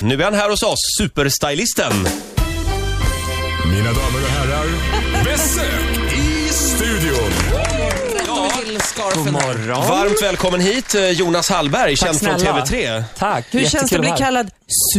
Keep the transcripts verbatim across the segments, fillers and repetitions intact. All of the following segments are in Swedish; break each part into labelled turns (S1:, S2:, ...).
S1: Nu är han här hos oss, superstylisten.
S2: Mina damer och herrar, besök i studion.
S3: God morgon.
S1: Varmt välkommen hit, Jonas Hallberg, känd från T V tre.
S3: Tack.
S4: Hur känns det att bli kallad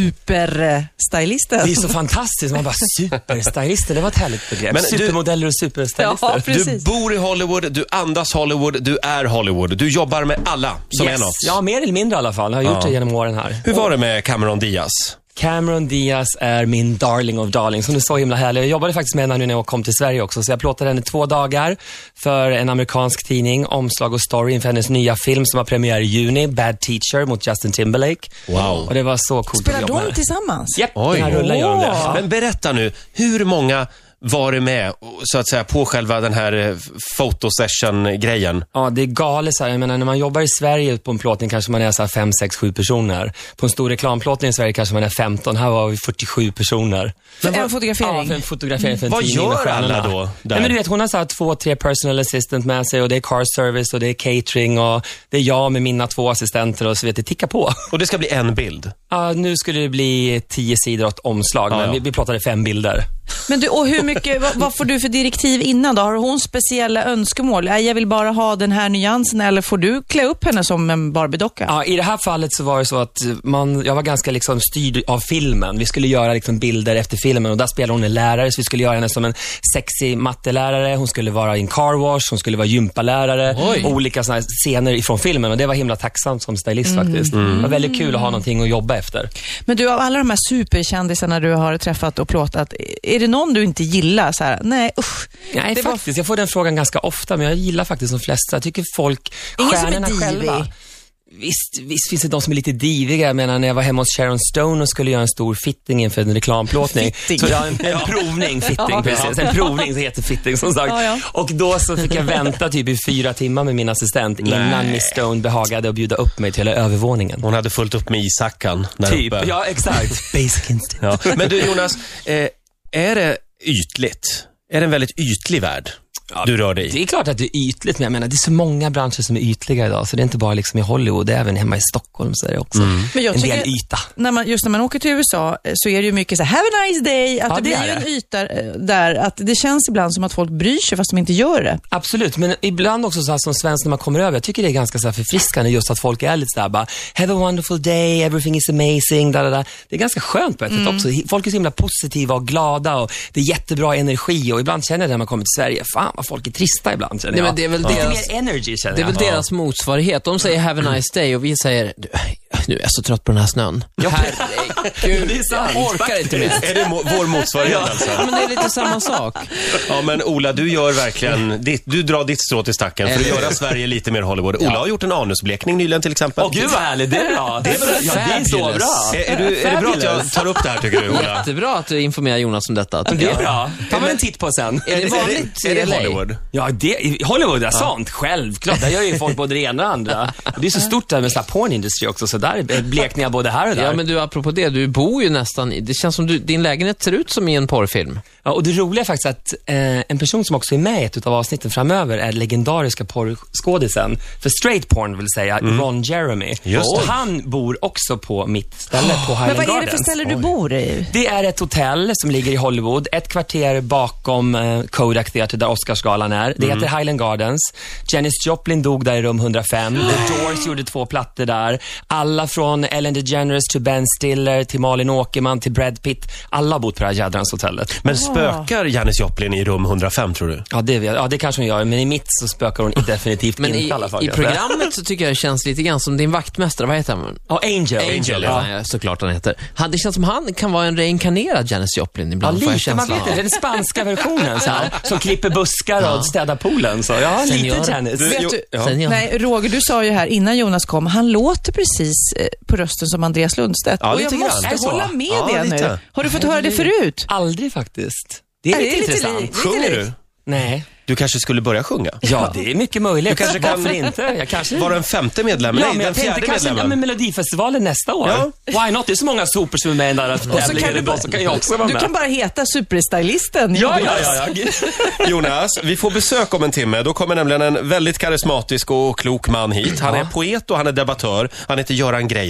S4: superstylisten?
S3: Det är så fantastiskt, man bara superstylisten, det var ett härligt begrepp.
S1: Men
S3: Supermodeller och superstylister.
S4: Ja,
S1: Du
S4: precis.
S1: bor i Hollywood, du andas Hollywood, du är Hollywood. Du jobbar med alla som
S3: Yes.
S1: är något.
S3: Ja, mer eller mindre i alla fall. Jag har gjort
S1: Ja.
S3: det genom åren här.
S1: Hur var det med Cameron Diaz?
S3: Cameron Diaz är min darling of darlings. Hon är så himla härlig. Jag jobbade faktiskt med henne nu när jag kom till Sverige också. Så jag plåtade henne två dagar för en amerikansk tidning. Omslag och story inför hennes nya film som har premiär i juni. Bad Teacher mot Justin Timberlake.
S1: Wow.
S3: Och det var så coolt
S4: Spelar
S3: att jobba
S4: de
S3: med.
S4: tillsammans?
S3: Japp,
S1: Oj.
S3: den här rullen gör de det.
S4: Åh.
S1: Men berätta nu, hur många var det med så att säga på själva den här eh, fotosession-grejen?
S3: Ja, det är galet så här. Jag menar, när man jobbar i Sverige på en plåtning kanske man är så här fem, sex, sju personer. På en stor reklamplåtning i Sverige kanske man är femton. Här var vi fyrtiosju personer.
S4: För en
S3: Ja,
S4: fotografering?
S3: för en fotografering för en
S1: Vad
S3: tidning med
S1: gör alla
S3: stjärnorna.
S1: då där?
S3: Nej, men du vet, hon har så här två, tre personal assistant med sig och det är car service och det är catering och det är jag med mina två assistenter och så vet det tickar på.
S1: Och det ska bli en bild.
S3: Ja, nu skulle det bli tio sidor åt omslag,
S1: Ja,
S3: men
S1: ja.
S3: vi, vi plåtade fem bilder.
S4: Men du, och hur mycket, vad, vad får du för direktiv innan då? Har hon speciella önskemål? Nej, jag vill bara ha den här nyansen, eller får du klä upp henne som en Barbie-docka?
S3: Ja, i det här fallet så var det så att man, jag var ganska liksom styrd av filmen. Vi skulle göra liksom bilder efter filmen och där spelade hon en lärare, så vi skulle göra henne som en sexig mattelärare. Hon skulle vara i en car wash, hon skulle vara gympalärare.
S1: Oj.
S3: Och olika såna här scener ifrån filmen och det var himla tacksamt som stylist faktiskt. Det var väldigt kul att ha någonting att jobba efter.
S4: Men du, av alla de här superkändisarna du har träffat och plåtat, är det någon du inte gillar? Så här, nej, usch.
S3: Nej,
S4: Det var-
S3: faktiskt. Jag får den frågan ganska ofta, men jag gillar faktiskt de flesta. Jag tycker folk,
S4: Ingen som är
S3: stjärnorna
S4: divig.
S3: själva. Visst, visst finns det de som är lite diviga. Jag menar, när jag var hemma hos Sharon Stone och skulle göra en stor fitting inför en reklamplåtning.
S4: Fitting.
S3: Så ja, en, en provning, fitting,
S4: Ja.
S3: precis. En provning som heter fitting, som sagt.
S4: Ja, ja.
S3: Och då så fick jag vänta typ i fyra timmar med min assistent innan Miss Stone behagade att bjuda upp mig till hela övervåningen.
S1: Hon hade fullt upp med ishackan där
S3: Typ,
S1: uppe.
S3: ja exakt. Basic instinct.
S1: Ja. Men du Jonas, eh, är det ytligt? Är det en väldigt ytlig värld du rör dig i?
S3: Det är klart att det är ytligt, men jag menar, det är så många branscher som är ytliga idag, så det är inte bara liksom i Hollywood, det är även hemma i Stockholm så är det också
S4: Men jag
S3: en
S4: tycker-
S3: del yta.
S4: När man, just när man åker till U S A eh, så är det ju mycket så här, have a nice day, att
S3: Ja,
S4: det
S3: det
S4: blir
S3: är
S4: ju en
S3: det.
S4: yta eh, där, att det känns ibland som att folk bryr sig fast de inte gör det.
S3: Absolut, men ibland också så här som svensk när man kommer över, jag tycker det är ganska så här förfriskande just att folk är lite så här bara, have a wonderful day, everything is amazing, da, da, da. Det är ganska skönt på ett sätt också. Folk är så himla positiva och glada och det är jättebra energi och ibland känner jag när man kommer till Sverige, fan vad folk är trista ibland känner
S5: Nej,
S3: jag.
S5: men det är väl
S3: Lite
S5: deras-
S3: mer energy känner
S5: Det är
S3: jag.
S5: väl deras motsvarighet. De säger have a nice day och vi säger, "Du, nu är jag så trött på den här snön. Herregud,
S3: Det är sant,
S5: jag orkar inte mer.
S1: Är det mo- vår motsvarighet alltså?
S5: Ja, men det är lite samma sak.
S1: Ja, men Ola, du gör verkligen ditt, du drar ditt strå till stacken för att
S5: Eller-
S1: göra Sverige lite mer Hollywood. Ola har gjort en anusblekning nyligen till exempel.
S3: Åh gud vad härligt, det är bra. Det är, väl- ja, det är så
S5: Fabulous.
S3: bra.
S1: Är, är, du, är det bra att jag
S3: Fabulous.
S1: tar upp det här tycker du, Ola?
S5: Jättebra att du informerar Jonas om detta.
S3: Det är bra. Ta väl en titt på sen.
S5: Är det
S1: Är
S5: vanligt
S1: det, är
S5: i
S1: det
S5: L A?
S1: Hollywood?
S3: Ja, det, i Hollywood är sånt, självklart. Där gör ju folk både det ena och det andra. Det är så stort där med sån här pornindustri också, så där är blekningar både här och där.
S5: Ja, men du, apropå det, du bor ju nästan i, det känns som du, din lägenhet ser ut som i en porrfilm.
S3: Ja, och det roliga är faktiskt att eh, en person som också är med i ett av avsnitten framöver är legendariska porrskådisen för straight porn vill säga, Ron Jeremy.
S1: Just
S3: och
S1: det.
S3: han bor också på mitt ställe på Highland
S4: Men vad är det
S3: Gardens.
S4: för ställe du bor i?
S3: Det är ett hotell som ligger i Hollywood, ett kvarter bakom eh, Kodak Theater där Oscarsgalan är. Det heter Highland Gardens. Janis Joplin dog där i rum hundrafem. The Doors gjorde två plattor där. Alla från Ellen DeGeneres till Ben Stiller till Malin Åkerman till Brad Pitt. Alla har bott på det här jädrans hotellet.
S1: Men spökar Janis Joplin i rum hundrafem tror du?
S3: Ja det, vet jag. Ja, det kanske hon gör, men i mitt så spökar hon definitivt
S5: Men
S3: inte
S5: i,
S3: i alla fall.
S5: i programmet så tycker jag det känns lite grann som din vaktmästare, vad heter han?
S3: Ja, Angel.
S5: Angel,
S3: ja.
S5: ja. Såklart han heter. Han, det känns som han kan vara en reinkarnerad Janis Joplin
S3: Ja,
S5: ibland. får jag
S3: lite. Man
S5: känslan
S3: vet det.
S5: av.
S3: Den spanska versionen så här, som klipper buskar och städar poolen. Så ja, lite
S5: Senor.
S3: Janis.
S1: Du-
S4: Vet
S1: jo,
S4: du,
S1: ja.
S5: Sen jag-
S4: Nej, Roger, du sa ju här innan Jonas kom, han låter precis eh, på rösten som Andreas Lundstedt.
S1: Ja,
S4: och jag
S1: lite grann.
S4: måste
S1: Är det så?
S4: hålla med
S1: Ja,
S4: det
S1: lite.
S4: nu. Har du fått höra det förut?
S3: Aldrig faktiskt. Det är,
S4: Nej,
S3: lite
S4: det är lite
S3: intressant.
S4: likt.
S1: Sjunger du?
S3: Nej.
S1: Du kanske skulle börja sjunga?
S3: Ja, det är mycket möjligt.
S1: Du kanske kan-
S3: Varför inte? Jag kanske...
S1: Var den femte medlemmen?
S3: Ja,
S1: Nej,
S3: men
S1: den
S3: jag tänkte
S1: fjärde
S3: kanske ja,
S1: medlemmen.
S3: med Melodifestivalen nästa år.
S1: Ja.
S3: Why not? Det är så många sopor som är med i den där tävlingen idag, så kan jag också vara
S4: Du
S3: med.
S4: kan bara heta superstylisten.
S3: Ja,
S4: Jonas.
S3: ja, ja, ja.
S1: Jonas, vi får besök om en timme. Då kommer nämligen en väldigt karismatisk och klok man hit. Han är poet och han är debattör. Han heter Göran Greider.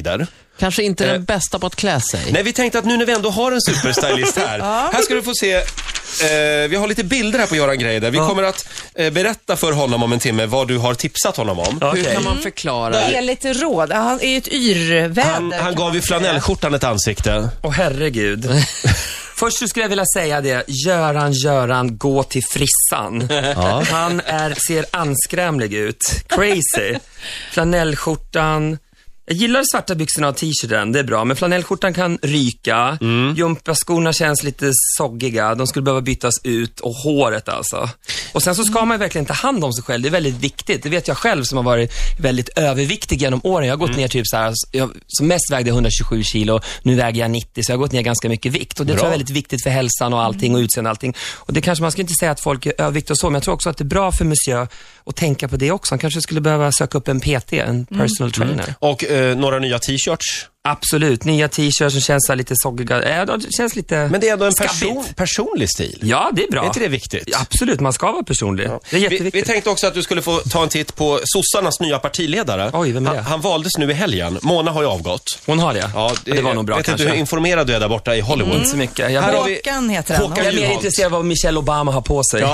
S5: Kanske inte
S1: Eh.
S5: den bästa på att klä sig.
S1: Nej, vi tänkte att nu när vi ändå har en superstylist här. Här ska du få se, eh, vi har lite bilder här på Göran Greider. Vi kommer att eh, berätta för honom om en timme vad du har tipsat honom om.
S5: Hur kan man förklara?
S4: Ge lite råd. Han är ju ett yrväder.
S1: Han, han gav ju flanellskjortan ett ansikte.
S3: Åh herregud. Först så skulle jag vilja säga det. Göran, Göran, gå till frissan. Han är, ser anskrämlig ut. Crazy. Flanellskjortan. Jag gillar svarta byxorna och t-shirten, det är bra. Men flanellskjortan kan ryka. Mm. Gympaskorna känns lite soggiga. De skulle behöva bytas ut. Och håret alltså. Och sen så ska man verkligen ta hand om sig själv. Det är väldigt viktigt. Det vet jag själv som har varit väldigt överviktig genom åren. Jag har gått mm. ner typ så här. Jag, som mest vägde jag hundratjugosju kilo. Nu väger jag nittio, så jag har gått ner ganska mycket vikt. Och det bra. tror jag är väldigt viktigt för hälsan och allting. Och utseende och allting. Och det kanske man ska inte säga att folk är överviktiga och så. Men jag tror också att det är bra för monsieur att tänka på det också. Han kanske skulle behöva söka upp en P T, en personal trainer.
S1: Mm. Och eh, några nya t-shirts.
S3: Absolut, nya t-shirts som känns så lite soggiga. Äh, det känns lite
S1: Men det är ändå en
S3: skabbigt.
S1: person, personlig stil.
S3: Ja, det är bra.
S1: Är inte det viktigt?
S3: Ja, absolut, man ska vara personlig. Ja. Det är jätteviktigt.
S1: Vi, vi tänkte också att du skulle få ta en titt på sossarnas nya partiledare.
S3: Oj, vem är det?
S1: Han, han valdes nu i helgen. Mona har ju avgått.
S3: Hon har det?
S1: Ja, det,
S3: det var nog bra
S1: vet
S3: kanske.
S1: Vet inte hur informerad du är där borta i Hollywood.
S3: Mm. Inte så mycket. Jag,
S1: Här har
S3: vi...
S4: Håkan heter han.
S1: Håkan
S3: jag är mer
S1: Juholt.
S3: intresserad av vad Michelle Obama har på sig.
S1: Ja.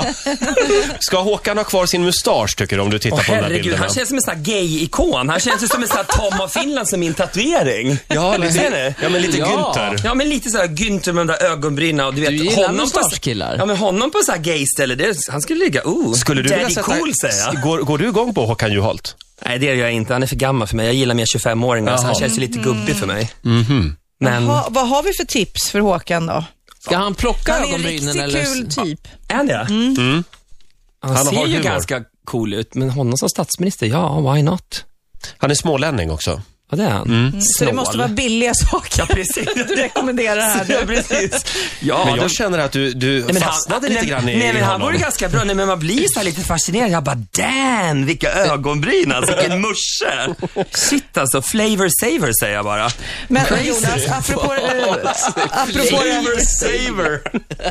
S1: Ska Håkan ha kvar sin mustasch, tycker du, om du tittar
S3: Åh,
S1: på de här
S3: herregud,
S1: bilderna?
S3: han känns som en sån här gay-ikon. Han känns som en sån här Tom av Finland som min tatuering.
S1: Ja, lite, ja, men lite
S5: Ja.
S1: Günther.
S3: Ja, men lite så här Günther med de där ögonbryna och du vet,
S5: Du gillar
S3: honom på,
S5: mustaschkillar.
S3: ja, men honom på så här gay-ställe, det, han skulle ligga, oh,
S1: Skulle du vilja
S3: daddy
S1: sätta,
S3: cool, säger jag.
S1: går, går du igång på Håkan Juholt?
S3: Nej, det gör jag inte. Han är för gammal för mig. Jag gillar mer tjugofemåringar, så han känns ju lite gubbig för mig.
S1: Mhm.
S3: Men
S4: Jaha, vad har vi för tips för Håkan då?
S5: Ska han plocka
S4: Han är en
S5: ögonbrynen
S4: riktigt
S5: eller?
S4: kul typ.
S3: är det?
S1: Mm.
S3: Han,
S1: Han
S3: ser
S1: har
S3: ju
S1: humor.
S3: ganska cool ut, men honom som statsminister, ja, why not?
S1: Han är smålänning också.
S3: Ja, det är han.
S4: Mm. Så det måste vara billiga saker.
S3: Ja, precis.
S4: Du rekommenderar här
S3: Ja,
S4: nu.
S3: precis. Ja,
S1: Men jag
S3: då-
S1: känner att du, du
S3: Nej, men
S1: fastnade
S3: han,
S1: lite
S3: nej,
S1: grann i,
S3: nej, men
S1: i
S3: han
S1: honom.
S3: vore ganska bra. Nej, men man blir så här lite fascinerad. Jag bara, damn, vilka ögonbryn alltså, vilken musche. Shit alltså, flavor saver säger jag bara.
S4: Men Jonas, apropå, eh, apropå,
S3: Flavor saver.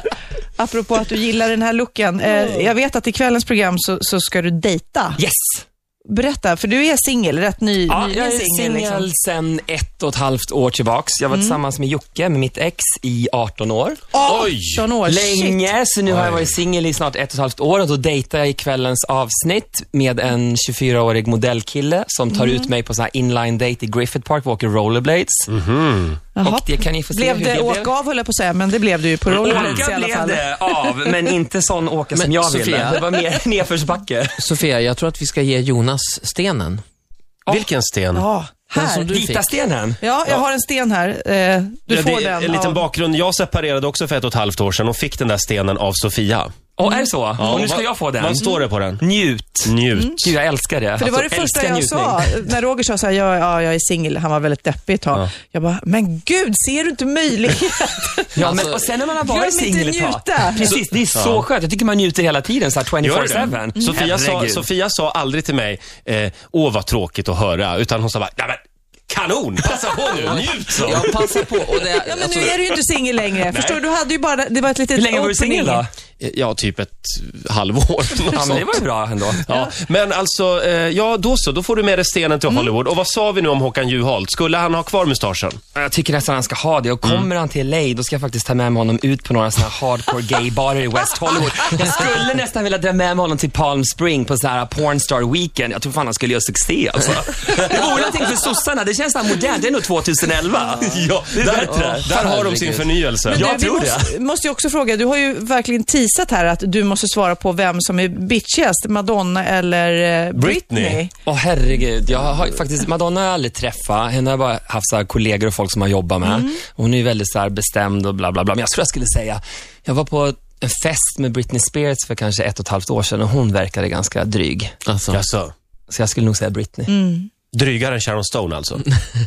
S4: apropå att du gillar den här looken. Eh, jag vet att i kvällens program så, så ska du dejta.
S3: Yes.
S4: Berätta, för du är singel, rätt ny,
S3: Ja,
S4: ny
S3: jag är
S4: singel.
S3: singel
S4: Liksom.
S3: sen ett och ett halvt år tillbaks. Jag var tillsammans med Jocke, med mitt ex, i arton år.
S1: Oj!
S4: arton år, shit.
S3: Länge, så nu har jag
S1: Oj.
S3: varit singel i snart ett och ett halvt år och då dejtar jag i kvällens avsnitt med en tjugofyraårig modellkille som tar ut mig på så här inline date i Griffith Park, vi åker rollerblades.
S4: Jaha.
S3: Och det kan ni få se
S4: Blev
S3: hur
S4: det,
S3: det
S4: åka av, höll jag på att säga, men det blev du ju på rollerblades i
S3: Åka
S4: alla
S3: blev
S4: fall.
S3: det av, men inte sån åka som
S5: Men,
S3: jag ville.
S5: Sofia?
S3: Det var mer nedförsbacke.
S5: Sofia, jag tror att vi ska ge Jonas stenen.
S1: Vilken sten?
S4: Ja,
S5: Den
S4: här.
S5: som du
S3: Vita
S5: fick.
S3: stenen.
S4: Ja, jag har en sten här. Eh, du
S1: Ja,
S4: får
S1: det,
S4: den.
S1: En liten
S4: av-
S1: bakgrund. Jag separerade också för ett och ett halvt år sedan och fick den där stenen av Sofia.
S3: Och är det så? och nu ska
S1: vad-
S3: jag få den.
S1: Vad står det på den?
S3: Njut.
S1: Njut.
S3: Gud, jag älskar det.
S4: För det var det
S3: Alltså,
S4: första
S3: älskar
S4: jag
S3: njutning.
S4: sa, när Roger sa så här, ja, ja, jag är singel, han var väldigt deppig ett tag.
S1: Ja.
S4: Jag bara, men gud, ser du inte möjligheten?
S3: Ja,
S5: Alltså,
S3: men, och sen när man har varit
S4: glöm inte
S3: singel ett tag.
S4: njuta.
S3: Precis, det är så skönt. Jag tycker man njuter hela tiden, så här
S1: Gör
S3: tjugofyra
S1: det?
S3: sju.
S1: Sofia, sa,
S3: Herregud.
S1: Sofia sa aldrig till mig, eh, åh vad tråkigt att höra, utan hon sa bara, nej men kanon, passa på nu, njut så.
S5: Jag passar på. Och det,
S4: Ja, men nu är du ju inte singel längre. Förstår du, du hade ju bara, det var ett litet
S3: Hur länge var du
S4: opening.
S3: singel då?
S1: Ja, typ ett halvår.
S3: Ja, men det var ju bra ändå.
S1: Ja, men alltså, eh, ja då så, då får du med dig stenen till Hollywood. Och vad sa vi nu om Håkan Juholt? Skulle han ha kvar mustaschen?
S3: Jag tycker nästan han ska ha det. Och kommer han till L A, då ska jag faktiskt ta med mig honom ut på några såna här hardcore gay-barer i West Hollywood. Jag skulle nästan vilja dra med mig honom till Palm Spring på så här Pornstar Weekend. Jag tror fan han skulle göra succé alltså. Det vore någonting för sossarna. Det känns så här modernt. Det är nog tjugoelva.
S1: Ja,
S3: det är
S1: där,
S3: bättre.
S1: där har de sin
S5: Herregud.
S1: förnyelse.
S4: Men
S3: Jag
S4: du, vi
S3: tror
S4: måste, måste ju också fråga, du har ju verkligen teasat här att du måste svara på vem som är bitchigast, Madonna eller eh, Britney.
S1: Britney.
S3: Åh herregud, jag har faktiskt, Madonna har jag aldrig träffat. Henne har jag bara haft så här kollegor och folk som har jobbat med. Hon är ju väldigt så här bestämd och bla bla bla. Men jag tror jag skulle säga, jag var på en fest med Britney Spears för kanske ett och ett halvt år sedan och hon verkade ganska dryg.
S5: alltså.
S1: Jaså,
S3: Så jag skulle nog säga Britney.
S1: drygare än Sharon Stone alltså.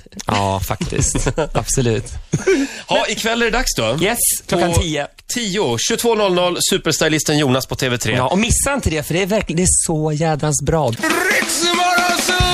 S3: Ja, faktiskt. Absolut.
S1: Ja, ikväll är det dags då.
S3: Yes, klockan
S1: På
S3: tio.
S1: tio, tjugotvå noll noll, superstylisten Jonas på T V tre.
S3: Ja, och missa inte det, för det är verkligen, det är så jädrans bra.
S2: Ritzmorgonzoo!